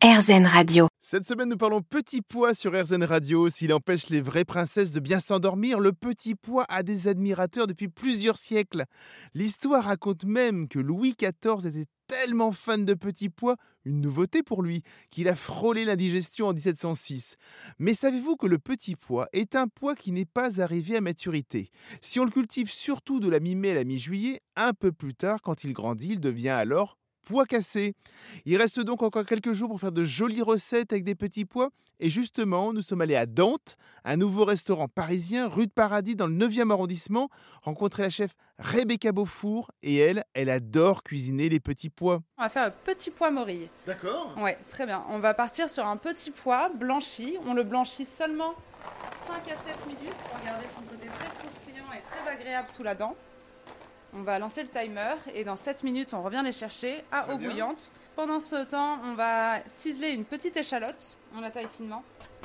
RZN Radio. Cette semaine, nous parlons petit pois sur RZN Radio. S'il empêche les vraies princesses de bien s'endormir, le petit pois a des admirateurs depuis plusieurs siècles. L'histoire raconte même que Louis XIV était tellement fan de petits pois, une nouveauté pour lui, qu'il a frôlé l'indigestion en 1706. Mais savez-vous que le petit pois est un pois qui n'est pas arrivé à maturité? Si on le cultive surtout de la mi-mai à la mi-juillet, un peu plus tard, quand il grandit, il devient alors pois cassé. Il reste donc encore quelques jours pour faire de jolies recettes avec des petits pois. Et justement, nous sommes allés à Dante, un nouveau restaurant parisien, rue de Paradis, dans le 9e arrondissement, rencontrer la chef Rebecca Beaufour. Et elle adore cuisiner les petits pois. On va faire un petit pois morille. D'accord. Ouais, très bien. On va partir sur un petit pois blanchi. On le blanchit seulement 5 à 7 minutes pour garder son côté très croustillant et très agréable sous la dent. On va lancer le timer et dans 7 minutes, on revient les chercher à eau bouillante. Pendant ce temps, on va ciseler une petite échalote. On la taille finement.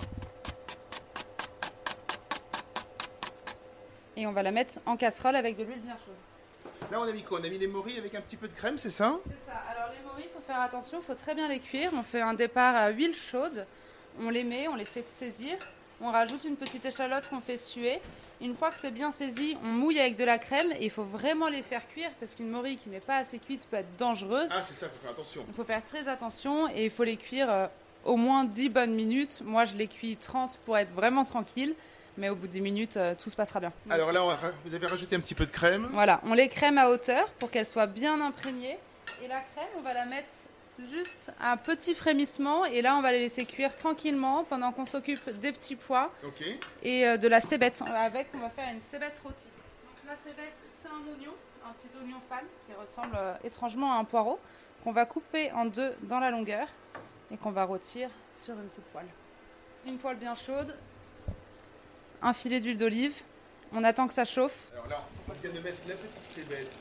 Et on va la mettre en casserole avec de l'huile bien chaude. Là, on a mis quoi? On a mis les morilles avec un petit peu de crème, c'est ça? C'est ça. Alors les morilles, il faut faire attention, il faut très bien les cuire. On fait un départ à huile chaude. On les met, on les fait saisir. On rajoute une petite échalote qu'on fait suer. Une fois que c'est bien saisi, on mouille avec de la crème et il faut vraiment les faire cuire parce qu'une morille qui n'est pas assez cuite peut être dangereuse. Ah, c'est ça, il faut faire attention. Il faut faire très attention et il faut les cuire au moins 10 bonnes minutes. Moi, je les cuis 30 pour être vraiment tranquille, mais au bout de 10 minutes, tout se passera bien. Alors là, vous avez rajouté un petit peu de crème. Voilà, on les crème à hauteur pour qu'elles soient bien imprégnées. Et la crème, on va la mettre juste à un petit frémissement et là on va les laisser cuire tranquillement pendant qu'on s'occupe des petits pois et de la cébette. Avec, on va faire une cébette rôtie. Donc la cébette, c'est un oignon, un petit oignon fan qui ressemble étrangement à un poireau qu'on va couper en deux dans la longueur et qu'on va rôtir sur une petite poêle. Une poêle bien chaude, un filet d'huile d'olive, on attend que ça chauffe. Alors là, on vient de mettre la petite cébette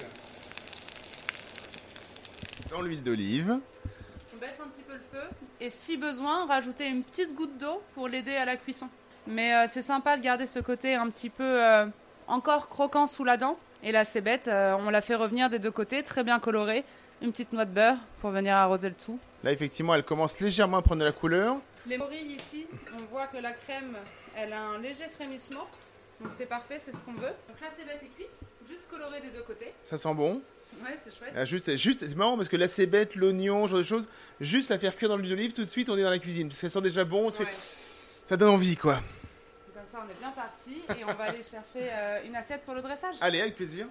dans l'huile d'olive. On baisse un petit peu le feu et si besoin, rajouter une petite goutte d'eau pour l'aider à la cuisson. Mais c'est sympa de garder ce côté un petit peu encore croquant sous la dent. Et la cébette, on la fait revenir des deux côtés, très bien colorée. Une petite noix de beurre pour venir arroser le tout. Là, effectivement, elle commence légèrement à prendre de la couleur. Les morilles ici, on voit que la crème, elle a un léger frémissement. Donc c'est parfait, c'est ce qu'on veut. Donc la cébette est cuite, juste colorée des deux côtés. Ça sent bon. Ouais, c'est chouette. Ah, juste, c'est marrant parce que la cébette, l'oignon, ce genre de choses, juste la faire cuire dans l'huile d'olive, tout de suite, on est dans la cuisine. Parce qu'elle sent déjà bon, ça donne envie, quoi. Comme ça, on est bien parti et on va aller chercher une assiette pour le dressage. Allez, avec plaisir.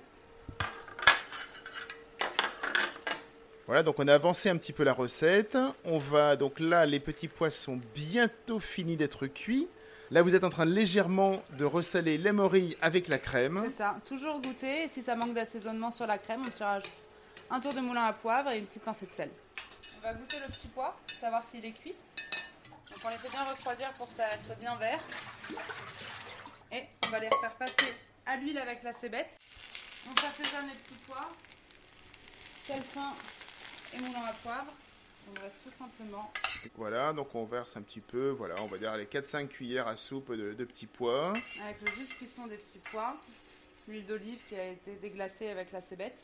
Voilà, donc on a avancé un petit peu la recette. On va, donc là, les petits pois sont bientôt finis d'être cuits. Là, vous êtes en train légèrement de ressaler les morilles avec la crème. C'est ça, toujours goûter. Et si ça manque d'assaisonnement sur la crème, on tirage un tour de moulin à poivre et une petite pincée de sel. On va goûter le petit pois, savoir s'il est cuit. Donc on les fait bien refroidir pour que ça reste bien vert. Et on va les refaire passer à l'huile avec la cébette. On assaisonne les petits pois, sel fin et moulin à poivre. On reste tout simplement. Voilà, donc on verse un petit peu, voilà, on va dire les 4-5 cuillères à soupe de petits pois. Avec le jus de cuisson des petits pois, l'huile d'olive qui a été déglacée avec la cébette.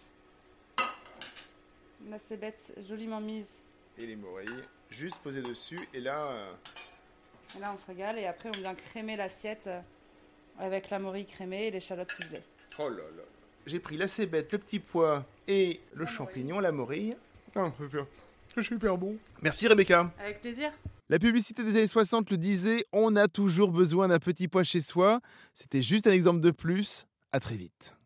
La cébette joliment mise. Et les morilles, juste posées dessus. Et là, on se régale. Et après, on vient crémer l'assiette avec la morille crémée et l'échalote ciselée. Oh là là. J'ai pris la cébette, le petit pois et le champignon, la morille. Ah, c'est super bon. Merci Rebecca. Avec plaisir. La publicité des années 60 le disait, on a toujours besoin d'un petit pois chez soi. C'était juste un exemple de plus. À très vite.